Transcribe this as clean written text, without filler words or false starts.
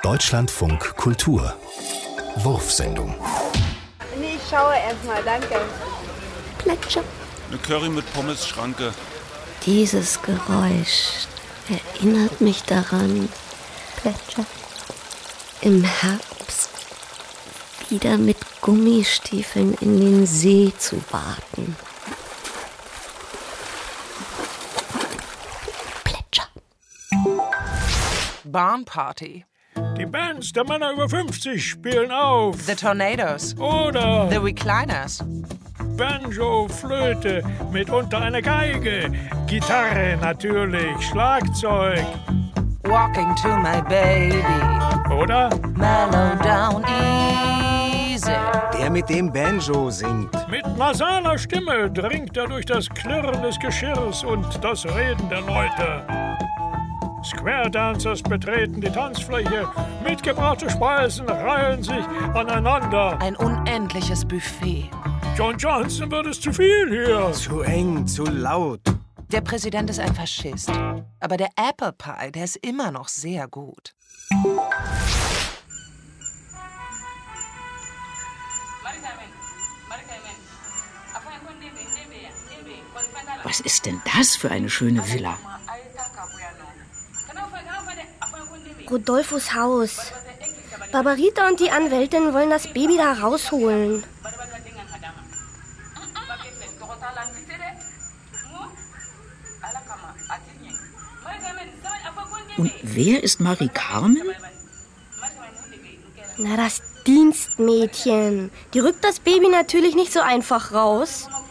Deutschlandfunk Kultur. Wurfsendung. Nee, ich schaue erstmal, danke. Plätscher. Eine Curry mit Pommes-Schranke. Dieses Geräusch erinnert mich daran, Plätscher, im Herbst wieder mit Gummistiefeln in den See zu baden. Plätscher. Barnparty. Die Bands der Männer über 50 spielen auf. The Tornadoes. Oder The Recliners. Banjo, Flöte, mitunter eine Geige, Gitarre natürlich, Schlagzeug. Walking to my baby. Oder Mellow down easy. Der mit dem Banjo singt. mit nasaler Stimme dringt er durch das Klirren des Geschirrs und das Reden der Leute. Square Dancers betreten die Tanzfläche, mitgebrachte Speisen reihen sich aneinander. Ein unendliches Buffet. John Johnson wird es zu viel hier. Zu eng, zu laut. Der Präsident ist ein Faschist. Aber der Apple Pie, der ist immer noch sehr gut. Was ist denn das für eine schöne Villa? Rodolfos Haus. Barbarita und die Anwältin wollen das Baby da rausholen. Und wer ist Marie Carmen? Na, das Dienstmädchen. Die rückt das Baby natürlich nicht so einfach raus.